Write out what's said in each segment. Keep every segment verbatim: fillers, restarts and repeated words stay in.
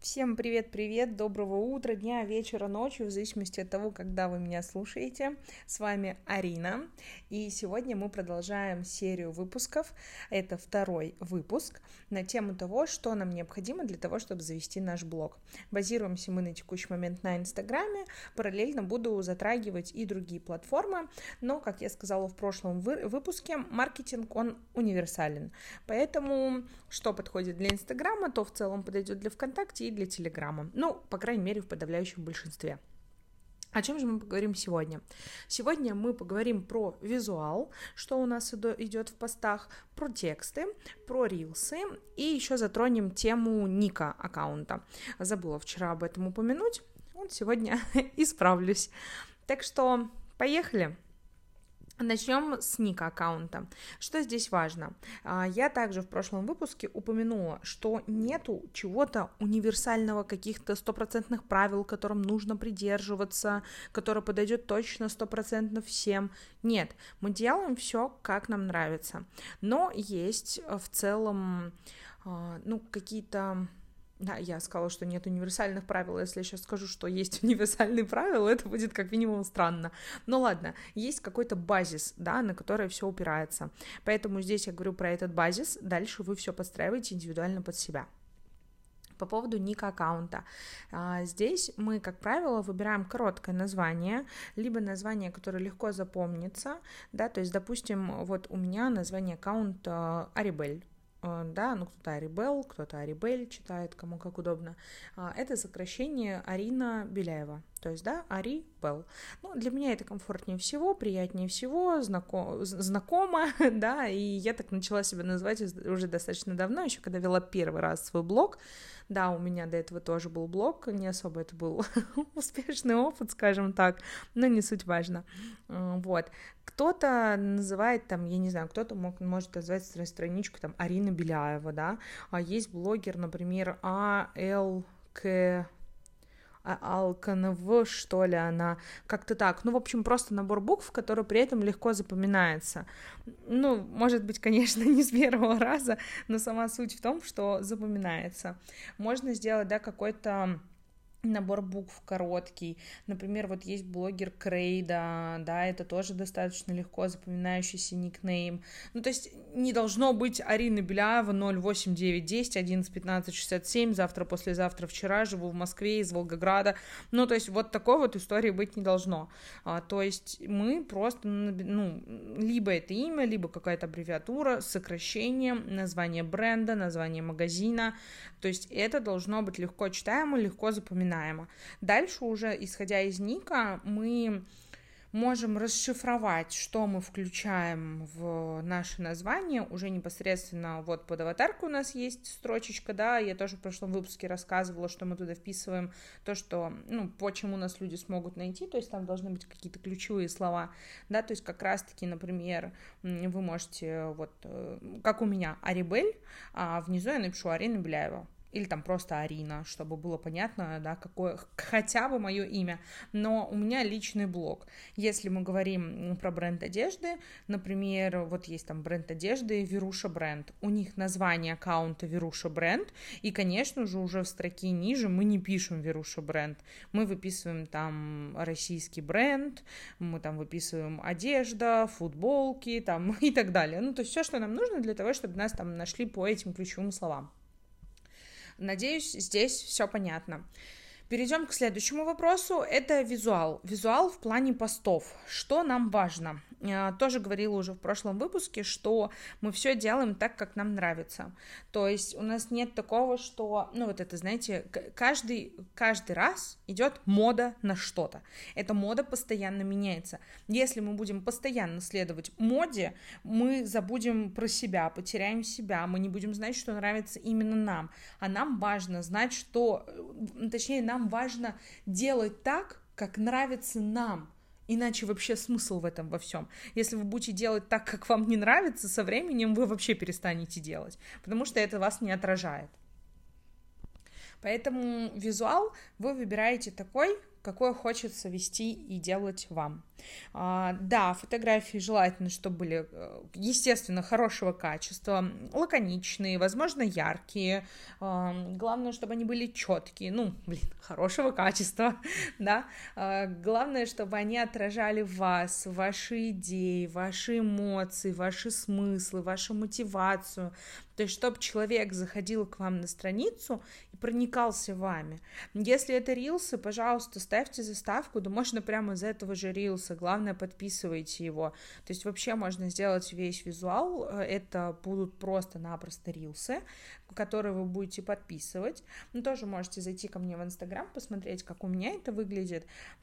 Всем привет-привет, доброго утра, дня, вечера, ночи, в зависимости от того, когда вы меня слушаете. С вами Арина, и сегодня мы продолжаем серию выпусков. Это второй выпуск на тему того, что нам необходимо для того, чтобы завести наш блог. Базируемся мы на текущий момент на Инстаграме, параллельно буду затрагивать и другие платформы, но, как я сказала в прошлом выпуске, маркетинг, он универсален. Поэтому, что подходит для Инстаграма, то в целом подойдет для ВКонтакте и для Телеграма. Ну, по крайней мере, в подавляющем большинстве. О чем же мы поговорим сегодня? Сегодня мы поговорим про визуал, что у нас идет в постах, про тексты, про рилсы, и еще затронем тему ника аккаунта. Забыла вчера об этом упомянуть, вот сегодня исправлюсь. Так что поехали! Начнем с ника аккаунта. Что здесь важно? Я также в прошлом выпуске упомянула, что нету чего-то универсального, каких-то стопроцентных правил, которым нужно придерживаться, которое подойдет точно стопроцентно всем. Нет, мы делаем все, как нам нравится. Но есть в целом, ну, какие-то... Да, я сказала, что нет универсальных правил. Если я сейчас скажу, что есть универсальные правила, это будет как минимум странно. Но ладно, есть какой-то базис, да, на который все упирается. Поэтому здесь я говорю про этот базис. Дальше вы все подстраиваете индивидуально под себя. По поводу ника аккаунта. Здесь мы, как правило, выбираем короткое название, либо название, которое легко запомнится, да, то есть, допустим, вот у меня название аккаунта Арибель. Да, ну кто-то Арибел, кто-то Арибель читает, кому как удобно. Это сокращение Арина Беляева, то есть, да, Арибел. Ну, для меня это комфортнее всего, приятнее всего, знаком, знакомо, да, и я так начала себя называть уже достаточно давно, еще когда вела первый раз свой блог. Да, у меня до этого тоже был блог, не особо это был успешный опыт, скажем так, но не суть важно. Вот. Кто-то называет там, я не знаю, кто-то мог, может назвать страничку там Арина Беляева, да, а есть блогер, например, А Л К... Алканв, что ли, она, как-то так, ну, в общем, просто набор букв, который при этом легко запоминается. Ну, может быть, конечно, не с первого раза, но сама суть в том, что запоминается. Можно сделать, да, какой-то набор букв короткий, например, вот есть блогер Крейда, да, это тоже достаточно легко запоминающийся никнейм, ну, то есть не должно быть Арина Беляева ноль восемь девять десять одиннадцать пятнадцать шестьдесят семь, завтра, послезавтра, вчера, живу в Москве, из Волгограда, ну, то есть вот такой вот истории быть не должно, а, то есть мы просто, ну, либо это имя, либо какая-то аббревиатура, сокращение, название бренда, название магазина, то есть это должно быть легко читаемо, легко запоминаемо. Дальше уже, исходя из ника, мы можем расшифровать, что мы включаем в наше название, уже непосредственно вот под аватарку у нас есть строчечка, да, я тоже в прошлом выпуске рассказывала, что мы туда вписываем то, что, ну, почему нас люди смогут найти, то есть там должны быть какие-то ключевые слова, да, то есть как раз-таки, например, вы можете, вот, как у меня, Арибель, а внизу я напишу Арина Беляева. Или там просто Арина, чтобы было понятно, да, какое хотя бы мое имя. Но у меня личный блог. Если мы говорим про бренд одежды, например, вот есть там бренд одежды Веруша бренд. У них название аккаунта Веруша бренд. И, конечно же, уже в строке ниже мы не пишем Веруша бренд. Мы выписываем там российский бренд, мы там выписываем одежда, футболки там и так далее. Ну, то есть все, что нам нужно для того, чтобы нас там нашли по этим ключевым словам. Надеюсь, здесь все понятно. Перейдем к следующему вопросу. Это визуал. Визуал в плане постов. Что нам важно? Я тоже говорила уже в прошлом выпуске, что мы все делаем так, как нам нравится. То есть у нас нет такого, что, ну вот это, знаете, каждый, каждый раз идет мода на что-то. Эта мода постоянно меняется. Если мы будем постоянно следовать моде, мы забудем про себя, потеряем себя, мы не будем знать, что нравится именно нам. А нам важно знать, что, точнее, нам важно делать так, как нравится нам. Иначе вообще смысл в этом во всем. Если вы будете делать так, как вам не нравится, со временем вы вообще перестанете делать, потому что это вас не отражает. Поэтому визуал вы выбираете такой, какое хочется вести и делать вам. Да, фотографии желательно, чтобы были, естественно, хорошего качества, лаконичные, возможно, яркие. Главное, чтобы они были четкие, ну, блин, хорошего качества, да. Главное, чтобы они отражали вас, ваши идеи, ваши эмоции, ваши смыслы, вашу мотивацию. То есть, чтобы человек заходил к вам на страницу и проникался вами. Если это рилсы, пожалуйста, ставьте заставку, да можно прямо из этого же рилса, главное, подписывайте его. То есть, вообще можно сделать весь визуал, это будут просто-напросто рилсы, которые вы будете подписывать. Ну, тоже можете зайти ко мне в Инстаграм, посмотреть, как у меня это выглядит.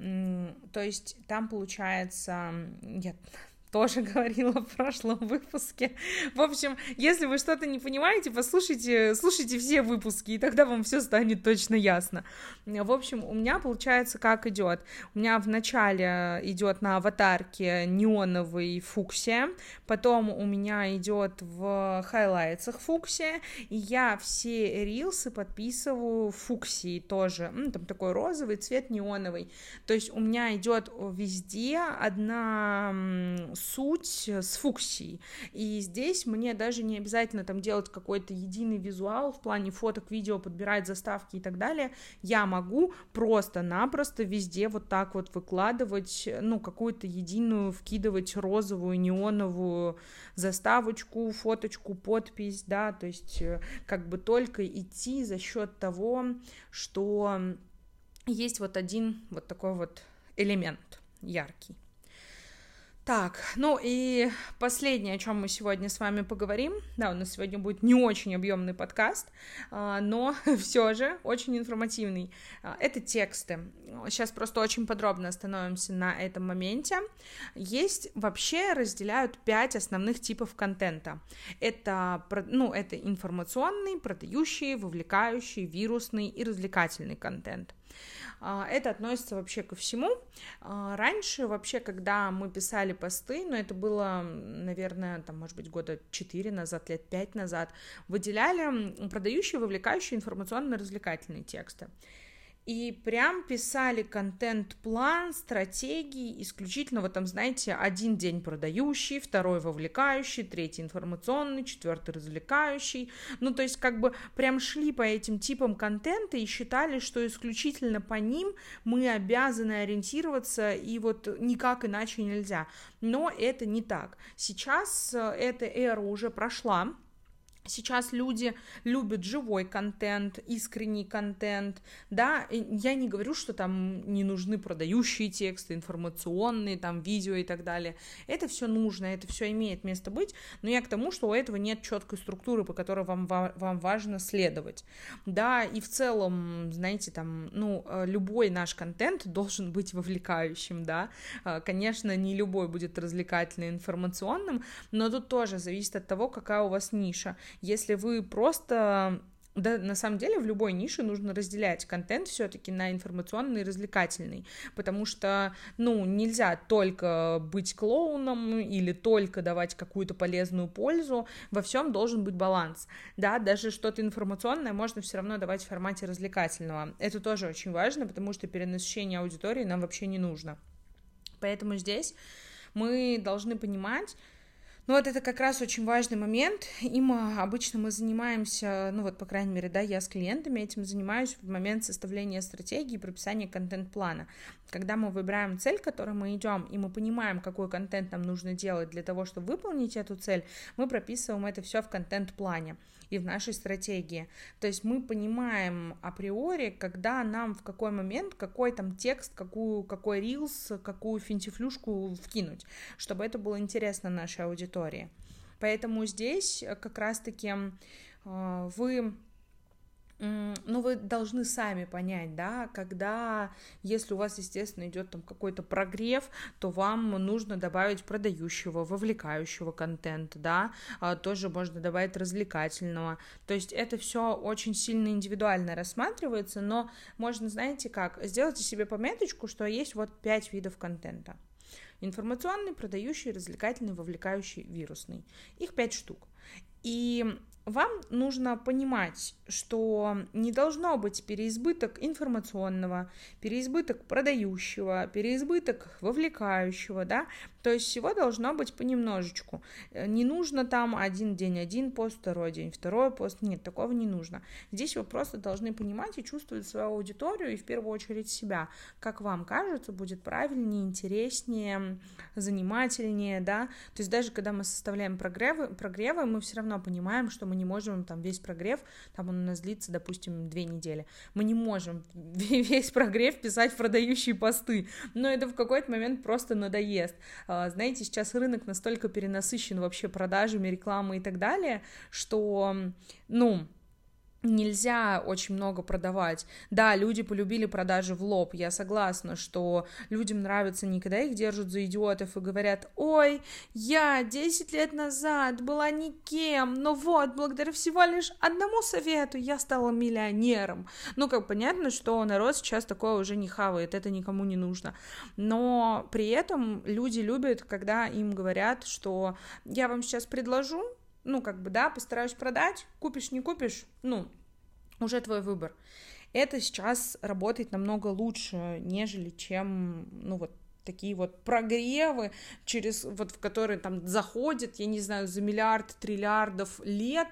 То есть, там получается... Я тоже говорила в прошлом выпуске. В общем, если вы что-то не понимаете, послушайте, слушайте все выпуски, и тогда вам все станет точно ясно. В общем, у меня получается как идет. У меня вначале идет на аватарке неоновый фуксия, потом у меня идет в хайлайтсах фуксия, и я все рилсы подписываю фуксией тоже. Ну, там такой розовый цвет, неоновый. То есть у меня идет везде одна суть с фуксией, и здесь мне даже не обязательно там делать какой-то единый визуал в плане фоток, видео, подбирать заставки и так далее, я могу просто-напросто везде вот так вот выкладывать, ну, какую-то единую, вкидывать розовую, неоновую заставочку, фоточку, подпись, да, то есть как бы только идти за счет того, что есть вот один вот такой вот элемент яркий. Так, ну и последнее, о чем мы сегодня с вами поговорим, да, у нас сегодня будет не очень объемный подкаст, но все же очень информативный, это тексты. Сейчас просто очень подробно остановимся на этом моменте. Есть, вообще разделяют пять основных типов контента. Это, ну, это информационный, продающий, вовлекающий, вирусный и развлекательный контент. Это относится вообще ко всему. Раньше вообще, когда мы писали посты, но это было, наверное, там, может быть, года четыре назад, лет пять назад, выделяли продающие, вовлекающие, информационно-развлекательные тексты. И прям писали контент-план, стратегии, исключительно, вот там, знаете, один день продающий, второй вовлекающий, третий информационный, четвертый развлекающий. Ну, то есть, как бы прям шли по этим типам контента и считали, что исключительно по ним мы обязаны ориентироваться, и вот никак иначе нельзя. Но это не так. Сейчас эта эра уже прошла. Сейчас люди любят живой контент, искренний контент, да, я не говорю, что там не нужны продающие тексты, информационные, там, видео и так далее, это все нужно, это все имеет место быть, но я к тому, что у этого нет четкой структуры, по которой вам, вам важно следовать, да, и в целом, знаете, там, ну, любой наш контент должен быть вовлекающим, да, конечно, не любой будет развлекательным, информационным, но тут тоже зависит от того, какая у вас ниша. Если вы просто... Да, на самом деле в любой нише нужно разделять контент все-таки на информационный и развлекательный, потому что, ну, нельзя только быть клоуном или только давать какую-то полезную пользу, во всем должен быть баланс, да, даже что-то информационное можно все равно давать в формате развлекательного, это тоже очень важно, потому что перенасыщение аудитории нам вообще не нужно, поэтому здесь мы должны понимать. Ну вот это как раз очень важный момент, им обычно мы занимаемся, ну вот по крайней мере, да, я с клиентами этим занимаюсь в момент составления стратегии и прописания контент-плана. Когда мы выбираем цель, к которой мы идем, и мы понимаем, какой контент нам нужно делать для того, чтобы выполнить эту цель, мы прописываем это все в контент-плане и в нашей стратегии. То есть мы понимаем априори, когда нам в какой момент, какой там текст, какую, какой рилс, какую финтифлюшку вкинуть, чтобы это было интересно нашей аудитории. Поэтому здесь как раз-таки э, вы... Ну, вы должны сами понять, да, когда, если у вас, естественно, идет там какой-то прогрев, то вам нужно добавить продающего, вовлекающего контента, да, тоже можно добавить развлекательного, то есть это все очень сильно индивидуально рассматривается, но можно, знаете как, сделайте себе пометочку, что есть вот пять видов контента. Информационный, продающий, развлекательный, вовлекающий, вирусный. Их пять штук. И вам нужно понимать, что не должно быть переизбыток информационного, переизбыток продающего, переизбыток вовлекающего, да, то есть всего должно быть понемножечку. Не нужно там один день один пост, второй день второй пост, нет, такого не нужно. Здесь вы просто должны понимать и чувствовать свою аудиторию и в первую очередь себя, как вам кажется, будет правильнее, интереснее, занимательнее, да, то есть даже когда мы составляем прогревы, прогревы, мы все равно понимаем, что мы не можем там весь прогрев, там он у нас длится, допустим, две недели, мы не можем весь прогрев писать в продающие посты, но это в какой-то момент просто надоест. Знаете, сейчас рынок настолько перенасыщен вообще продажами, рекламой и так далее, что, ну, нельзя очень много продавать. Да, люди полюбили продажи в лоб, я согласна, что людям нравится не когда их держат за идиотов и говорят: ой, я десять лет назад была никем, но вот, благодаря всего лишь одному совету я стала миллионером. Ну, как понятно, что народ сейчас такое уже не хавает, это никому не нужно. Но при этом люди любят, когда им говорят, что я вам сейчас предложу, ну, как бы, да, постараюсь продать, купишь, не купишь, ну, уже твой выбор. Это сейчас работает намного лучше, нежели чем, ну, вот такие вот прогревы, через, вот, в которые там заходят, я не знаю, за миллиард триллиардов лет,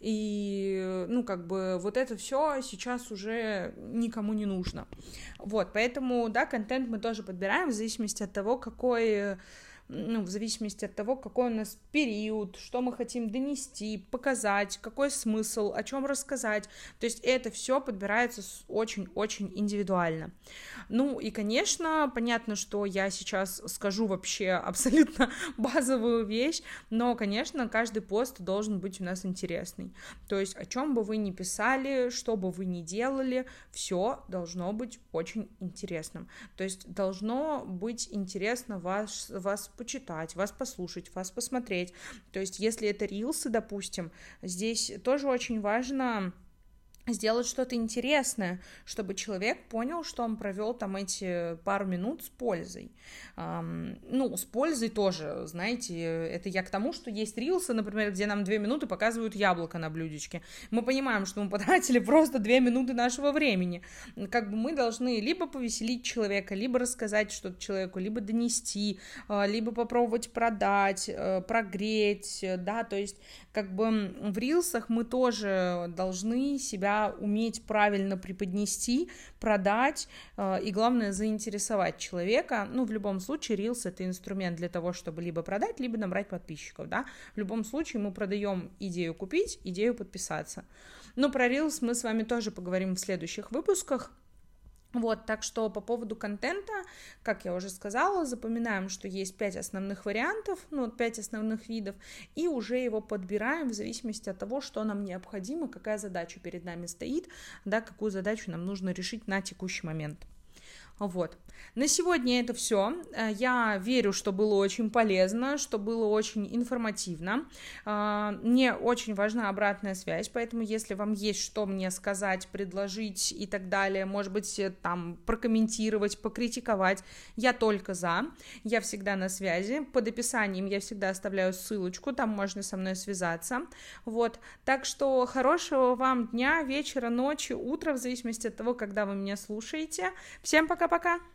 и, ну, как бы, вот это все сейчас уже никому не нужно. Вот, поэтому, да, контент мы тоже подбираем в зависимости от того, какой... ну, в зависимости от того, какой у нас период, что мы хотим донести, показать, какой смысл, о чем рассказать. То есть это все подбирается очень-очень индивидуально. Ну и, конечно, понятно, что я сейчас скажу вообще абсолютно базовую вещь, но, конечно, каждый пост должен быть у нас интересный. То есть о чем бы вы ни писали, что бы вы ни делали, все должно быть очень интересным. То есть должно быть интересно вас, вас почитать, вас послушать, вас посмотреть. То есть если это рилсы, допустим, здесь тоже очень важно сделать что-то интересное, чтобы человек понял, что он провел там эти пару минут с пользой. Um, ну, с пользой тоже, знаете, это я к тому, что есть рилсы, например, где нам две минуты показывают яблоко на блюдечке. Мы понимаем, что мы потратили просто две минуты нашего времени. Как бы мы должны либо повеселить человека, либо рассказать что-то человеку, либо донести, либо попробовать продать, прогреть, да, то есть как бы в рилсах мы тоже должны себя уметь правильно преподнести, продать э, и, главное, заинтересовать человека. Ну, в любом случае, Reels — это инструмент для того, чтобы либо продать, либо набрать подписчиков, да. В любом случае, мы продаем идею купить, идею подписаться. Но про Reels мы с вами тоже поговорим в следующих выпусках. Вот, так что по поводу контента, как я уже сказала, запоминаем, что есть пять основных вариантов, ну, пять основных видов, и уже его подбираем в зависимости от того, что нам необходимо, какая задача перед нами стоит, да, какую задачу нам нужно решить на текущий момент. Вот. На сегодня это все. Я верю, что было очень полезно, что было очень информативно. Мне очень важна обратная связь, поэтому если вам есть что мне сказать, предложить и так далее, может быть, там прокомментировать, покритиковать, я только за. Я всегда на связи. Под описанием я всегда оставляю ссылочку, там можно со мной связаться. Вот. Так что хорошего вам дня, вечера, ночи, утра, в зависимости от того, когда вы меня слушаете. Всем пока-пока!